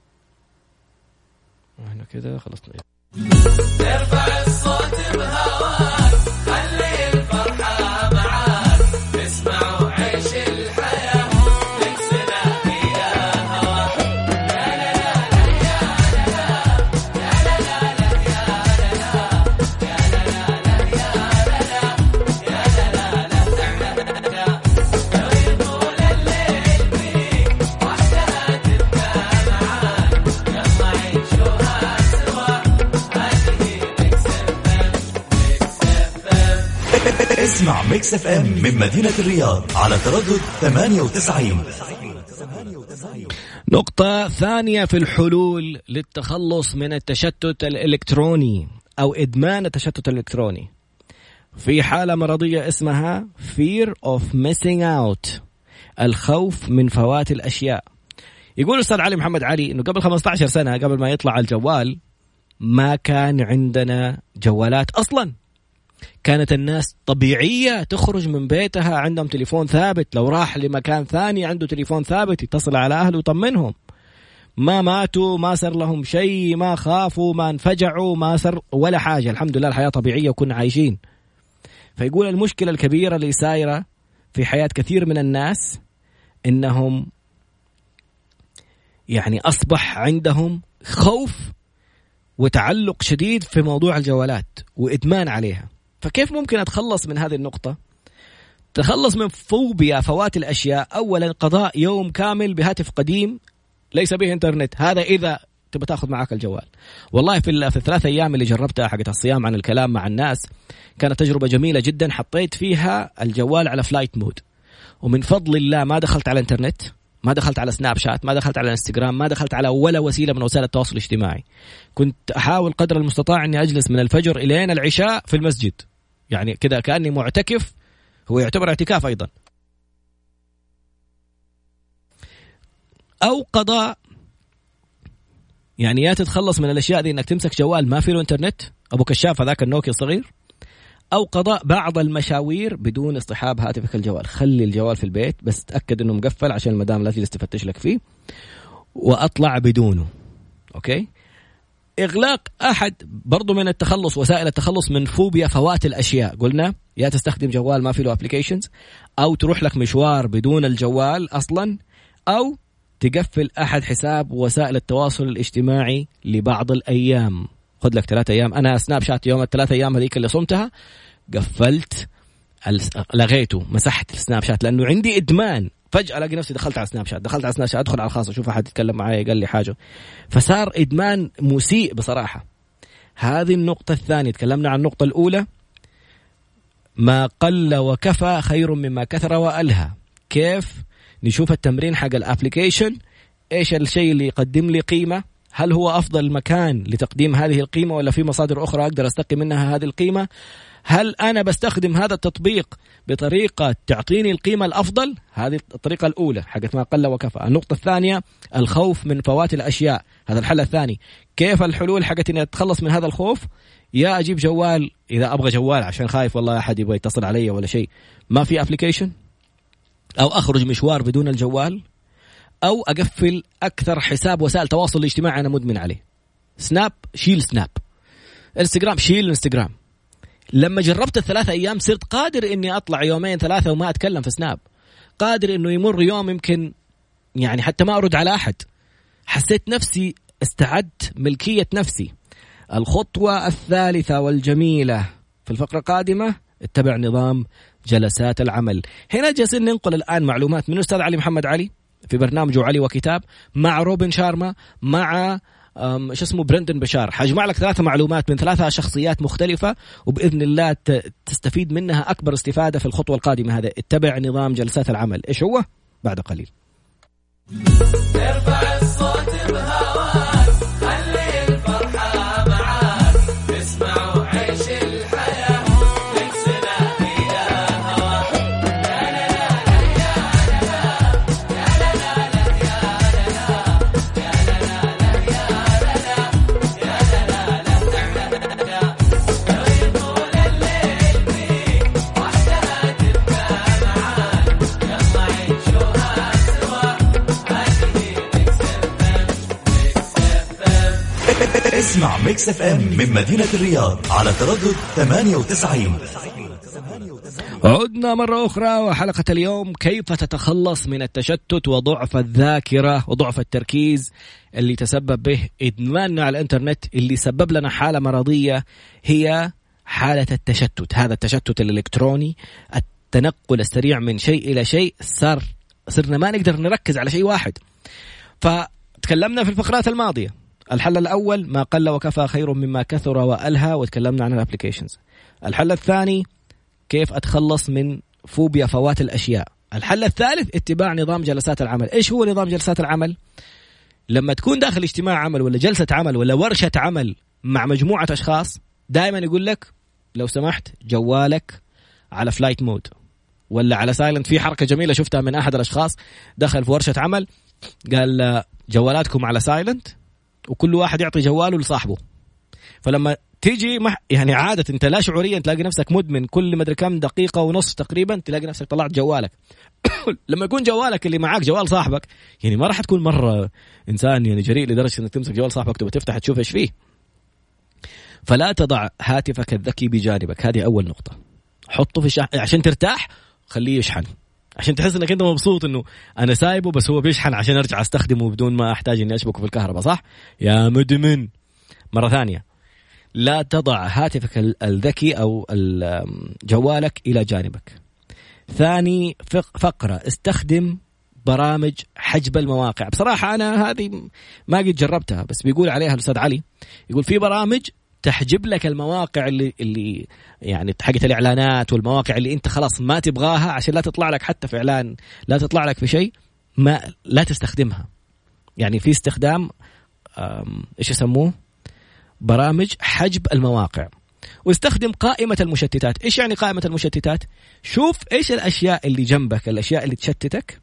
احنا كده خلصنا. ارفع الصوت بهواك، خلي الفرحة معاك، اسمع وعيش الحياة، نكسنا فيها هواك، اسمع ميكس اف ام من مدينة الرياض على تردد 98. نقطة ثانية في الحلول للتخلص من التشتت الإلكتروني أو إدمان التشتت الإلكتروني، في حالة مرضية اسمها Fear of Missing Out، الخوف من فوات الأشياء. يقول الأستاذ علي محمد علي إنه قبل 15 سنة قبل ما يطلع الجوال ما كان عندنا جوالات أصلا. كانت الناس طبيعية تخرج من بيتها عندهم تليفون ثابت، لو راح لمكان ثاني عنده تليفون ثابت يتصل على أهله ويطمنهم. ما ماتوا، ما صار لهم شيء، ما خافوا، ما انفجعوا، ما صار ولا حاجة، الحمد لله الحياة طبيعية وكنا عايشين. فيقول المشكلة الكبيرة اللي سايرة في حياة كثير من الناس إنهم يعني أصبح عندهم خوف وتعلق شديد في موضوع الجوالات وإدمان عليها. فكيف ممكن أتخلص من هذه النقطة؟ تخلص من فوبيا فوات الأشياء. أولا قضاء يوم كامل بهاتف قديم ليس به إنترنت، هذا إذا تبى تاخذ معك الجوال. والله في الثلاث أيام اللي جربتها حقت الصيام عن الكلام مع الناس كانت تجربة جميلة جدا. حطيت فيها الجوال على فلايت مود، ومن فضل الله ما دخلت على الإنترنت، ما دخلت على سناب شات، ما دخلت على انستغرام، ما دخلت على ولا وسيلة من وسائل التواصل الاجتماعي. كنت أحاول قدر المستطاع أني أجلس من الفجر إلى العشاء في المسجد، يعني كذا كأني معتكف، هو يعتبر اعتكاف أيضا. أو قضاء، يعني يا تتخلص من الأشياء دي أنك تمسك جوال ما فيه له إنترنت، أبو كشاف هذاك النوكي الصغير، أو قضاء بعض المشاوير بدون اصطحاب هاتفك الجوال. خلي الجوال في البيت بس تأكد أنه مقفل عشان المدام لا تجلس تفتش لك فيه، وأطلع بدونه. أوكي. إغلاق أحد برضو من التخلص، وسائل التخلص من فوبيا فوات الأشياء. قلنا يا تستخدم جوال ما فيه له أبليكيشنز، أو تروح لك مشوار بدون الجوال أصلا، أو تقفل أحد حساب وسائل التواصل الاجتماعي لبعض الأيام. خذ لك 3 أيام. أنا سناب شات يوم ال3 أيام هذيك اللي صمتها قفلت، لغيته، مسحت السناب شات لأنه عندي إدمان. فجأة ألاقي نفسي دخلت على سناب شات، أدخل على الخاص أشوف أحد يتكلم معايا قال لي حاجة، فصار إدمان مسيء بصراحة. هذه النقطة الثانية. تكلمنا عن النقطة الأولى، ما قل وكفى خير مما كثر وألهى. كيف نشوف التمرين حق الابليكيشن، ايش الشيء اللي يقدم لي قيمة، هل هو أفضل مكان لتقديم هذه القيمة ولا في مصادر أخرى أقدر أستقي منها هذه القيمة، هل أنا بستخدم هذا التطبيق بطريقة تعطيني القيمة الأفضل. هذه الطريقة الأولى حقت ما قل وكفى. النقطة الثانية الخوف من فوات الأشياء، هذا الحل الثاني. كيف الحلول حقت إني أتخلص من هذا الخوف؟ يا أجيب جوال إذا أبغى جوال عشان خايف والله أحد يبغى يتصل علي ولا شيء ما في أبليكيشن، أو أخرج مشوار بدون الجوال، أو أقفل أكثر حساب وسائل تواصل الاجتماعي أنا مدمن عليه. سناب شيل سناب، انستغرام شيل انستغرام. لما جربت ال3 أيام صرت قادر إني أطلع 2-3 وما أتكلم في سناب، قادر إنه يمر يوم يمكن يعني حتى ما أرد على أحد. حسيت نفسي استعدت ملكية نفسي. الخطوة الثالثة والجميلة في الفقرة القادمة، اتبع نظام جلسات العمل. هنا جالسين ننقل الآن معلومات من الأستاذ علي محمد علي في برنامجه علي وكتاب، مع روبن شارما، مع برندن بشار. حجمع لك 3 معلومات من 3 شخصيات مختلفة، وبإذن الله تستفيد منها أكبر استفادة في الخطوة القادمة. هذا اتبع نظام جلسات العمل. إيش هو؟ بعد قليل. ارفع الصوت بهواك، خلي الفرحة معاك، اسمع وعيش الحياة، نفسنا فيها هواك. يا لا لا يا لا يا لا لا يا لا يا لا يا لا يا طول الليل فيك وحدها تبقى معاك، يلا عيشوها سوا. اسمع ميكس اف ام من مدينة الرياض على تردد 98. عدنا مرة أخرى وحلقة اليوم، كيف تتخلص من التشتت وضعف الذاكرة وضعف التركيز اللي تسبب به إدماننا على الإنترنت، اللي سبب لنا حالة مرضية هي حالة التشتت. هذا التشتت الإلكتروني، التنقل السريع من شيء إلى شيء، صرنا ما نقدر نركز على شيء واحد. فتكلمنا في الفقرات الماضية، الحل الأول ما قل وكفى خير مما كثر وألهى، وتكلمنا عن الابليكيشنز. الحل الثاني كيف أتخلص من فوبيا فوات الأشياء. الحل الثالث اتباع نظام جلسات العمل. إيش هو نظام جلسات العمل؟ لما تكون داخل اجتماع عمل ولا جلسة عمل ولا ورشة عمل مع مجموعة أشخاص، دائما يقول لك لو سمحت جوالك على فلايت مود ولا على سايلنت. في حركة جميلة شفتها من أحد الأشخاص دخل في ورشة عمل، قال جوالاتكم على سايلنت وكل واحد يعطي جواله لصاحبه. فلما تيجي يعني عادة انت لا شعوريا تلاقي نفسك مدمن، كل مدري كم دقيقة ونص تقريبا تلاقي نفسك طلعت جوالك. لما يكون جوالك اللي معاك جوال صاحبك، يعني ما راح تكون مرة إنسان يعني جريء لدرجة انك تمسك جوال صاحبك تبغى تفتح تشوف ايش فيه. فلا تضع هاتفك الذكي بجانبك، هذه أول نقطة. حطه في الشحن عشان ترتاح، خليه يشحن عشان تحس انك انت مبسوط انه انا سايبه بس هو بيشحن عشان ارجع استخدمه بدون ما احتاج اني اشبكه في الكهرباء. صح يا مدمن؟ مرة ثانية، لا تضع هاتفك الذكي أو جوالك إلى جانبك. ثاني فقرة، استخدم برامج حجب المواقع. بصراحة أنا هذه ما قد جربتها، بس بيقول عليها الأستاذ علي، يقول في برامج تحجب لك المواقع اللي يعني حقت الإعلانات والمواقع اللي أنت خلاص ما تبغاها، عشان لا تطلع لك حتى في إعلان، لا تطلع لك في شيء ما لا تستخدمها. يعني في استخدام إيش يسموه، برامج حجب المواقع. واستخدم قائمة المشتتات. إيش يعني قائمة المشتتات؟ شوف إيش الأشياء اللي جنبك، الأشياء اللي تشتتك،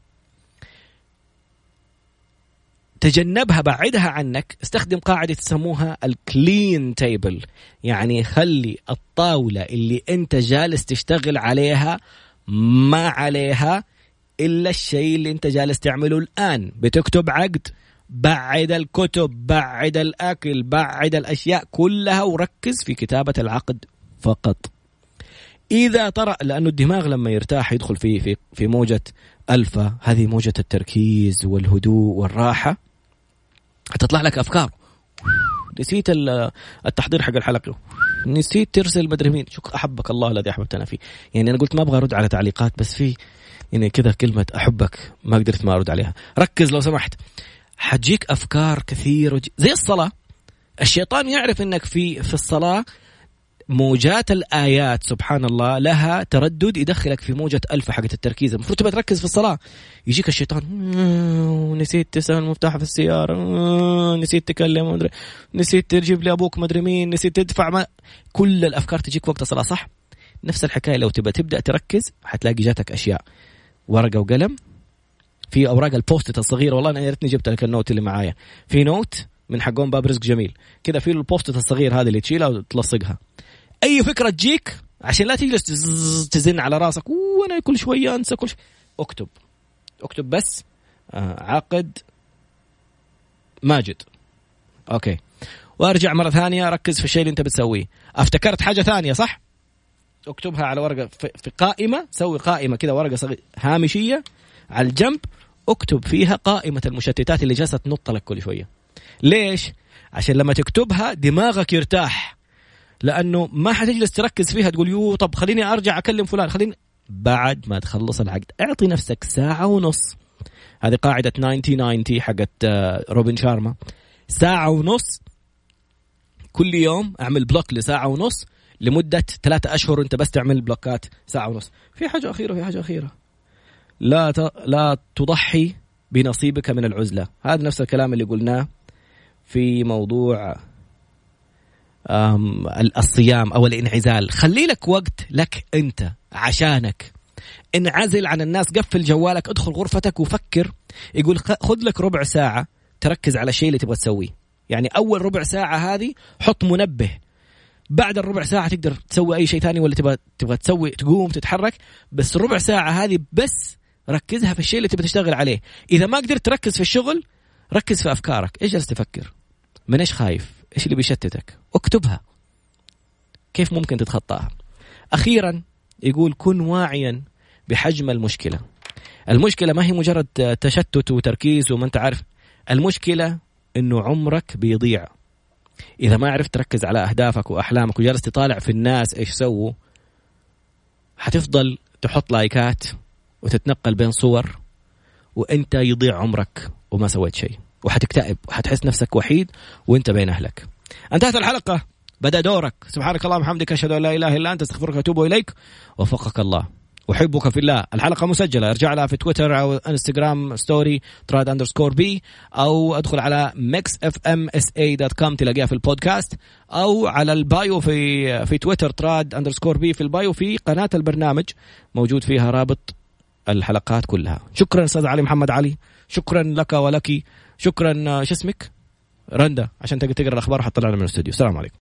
تجنبها، بعدها عنك. استخدم قاعدة تسموها الكلين تيبل، يعني خلي الطاولة اللي أنت جالس تشتغل عليها ما عليها إلا الشيء اللي أنت جالس تعمله الآن. بتكتب عقد، بعد الكتب، بعد الأكل، بعد الأشياء كلها، وركز في كتابة العقد فقط. إذا طرأ، لأنه الدماغ لما يرتاح يدخل في موجة ألفا، هذه موجة التركيز والهدوء والراحة، هتطلع لك أفكار. نسيت التحضير حق الحلقة، نسيت ترسل مدري مين، شو أحبك الله الذي أحببتنا فيه. يعني أنا قلت ما أبغى أرد على تعليقات، بس في يعني كذا كلمة أحبك ما قدرت ما أرد عليها. ركز لو سمحت، حتجيك أفكار كثير زي الصلاة. الشيطان يعرف أنك في الصلاة موجات الآيات سبحان الله لها تردد، يدخلك في موجة ألف حقة التركيز. المفروض تبقى تركز في الصلاة، يجيك الشيطان نسيت تسأل المفتاح في السيارة، نسيت تكلم، نسيت تجيب لي أبوك مدري مين، نسيت تدفع كل الأفكار تجيك وقت الصلاة. صح؟ نفس الحكاية لو تبدأ تركز حتلاقي جاتك أشياء. ورقة وقلم، في أوراق البوستت الصغيرة، والله أنا يا ريتني جبت لك النوت اللي معايا، في نوت من حقون باب رزق جميل كذا، في البوستت الصغير هذه اللي تشيلها وتلصقها. أي فكرة تجيك عشان لا تجلس تزن على راسك وأنا كل شوية أنسى كل شيء، اكتب بس عقد ماجد، أوكي، وارجع مرة ثانية ركز في الشيء اللي أنت بتسويه. افتكرت حاجة ثانية صح، اكتبها على ورقة في قائمة، سوي قائمة كذا، ورقة صغيرة هامشية على الجنب، اكتب فيها قائمة المشتتات اللي جالسة تنط لك كل شوية. ليش؟ عشان لما تكتبها دماغك يرتاح، لأنه ما حتجلس تركز فيها تقول يو طب خليني أرجع أكلم فلان، خليني بعد ما تخلص العقد اعطي نفسك ساعة ونص. هذه قاعدة 90-90 حقت روبن شارما. ساعة ونص كل يوم، اعمل بلوك لساعة ونص لمدة 3 أشهر، انت بس تعمل بلوكات ساعة ونص. في حاجة أخيرة، لا تضحي بنصيبك من العزلة. هذا نفس الكلام اللي قلناه في موضوع الصيام أو الانعزال. خلي لك وقت لك أنت عشانك، انعزل عن الناس، قفل جوالك، ادخل غرفتك وفكر. يقول خذ لك ربع ساعة تركز على الشيء اللي تبغى تسويه. يعني أول ربع ساعة هذه حط منبه، بعد الربع ساعة تقدر تسوي أي شيء ثاني ولا تبغى تسوي تقوم تتحرك، بس ربع ساعة هذه بس ركزها في الشيء اللي تبغى تشتغل عليه. إذا ما قدرت تركز في الشغل ركز في أفكارك، إيش جالس تفكر، من إيش خايف، إيش اللي بيشتتك، اكتبها كيف ممكن تتخطاها. أخيرا يقول كن واعيا بحجم المشكلة. المشكلة ما هي مجرد تشتت وتركيز وما أنت عارف، المشكلة إنه عمرك بيضيع إذا ما عرفت تركز على أهدافك وأحلامك وجالس تطالع في الناس إيش سووا. حتفضل تحط لايكات وتتنقل بين صور وأنت يضيع عمرك وما سويت شيء، وحتكتئب وحتحس نفسك وحيد وأنت بين أهلك. انتهت الحلقة، بدأ دورك. سبحانك اللهم وبحمدك، أشهد أن لا إله إلا أنت، أستغفرك وأتوب إليك، وفقك الله، أحبك في الله. الحلقة مسجلة، ارجع لها في تويتر أو انستغرام ستوري @trad_b، أو أدخل على mixfmsa.com تلاقيها في البودكاست، أو على البايو في تويتر trad_b، في البايو في قناة البرنامج موجود فيها رابط الحلقات كلها. شكرا أستاذ علي محمد علي، شكرا لك ولك، شكرا. شو اسمك؟ رندا، عشان تقرأ الأخبار وحط لنا من الاستوديو. السلام عليكم.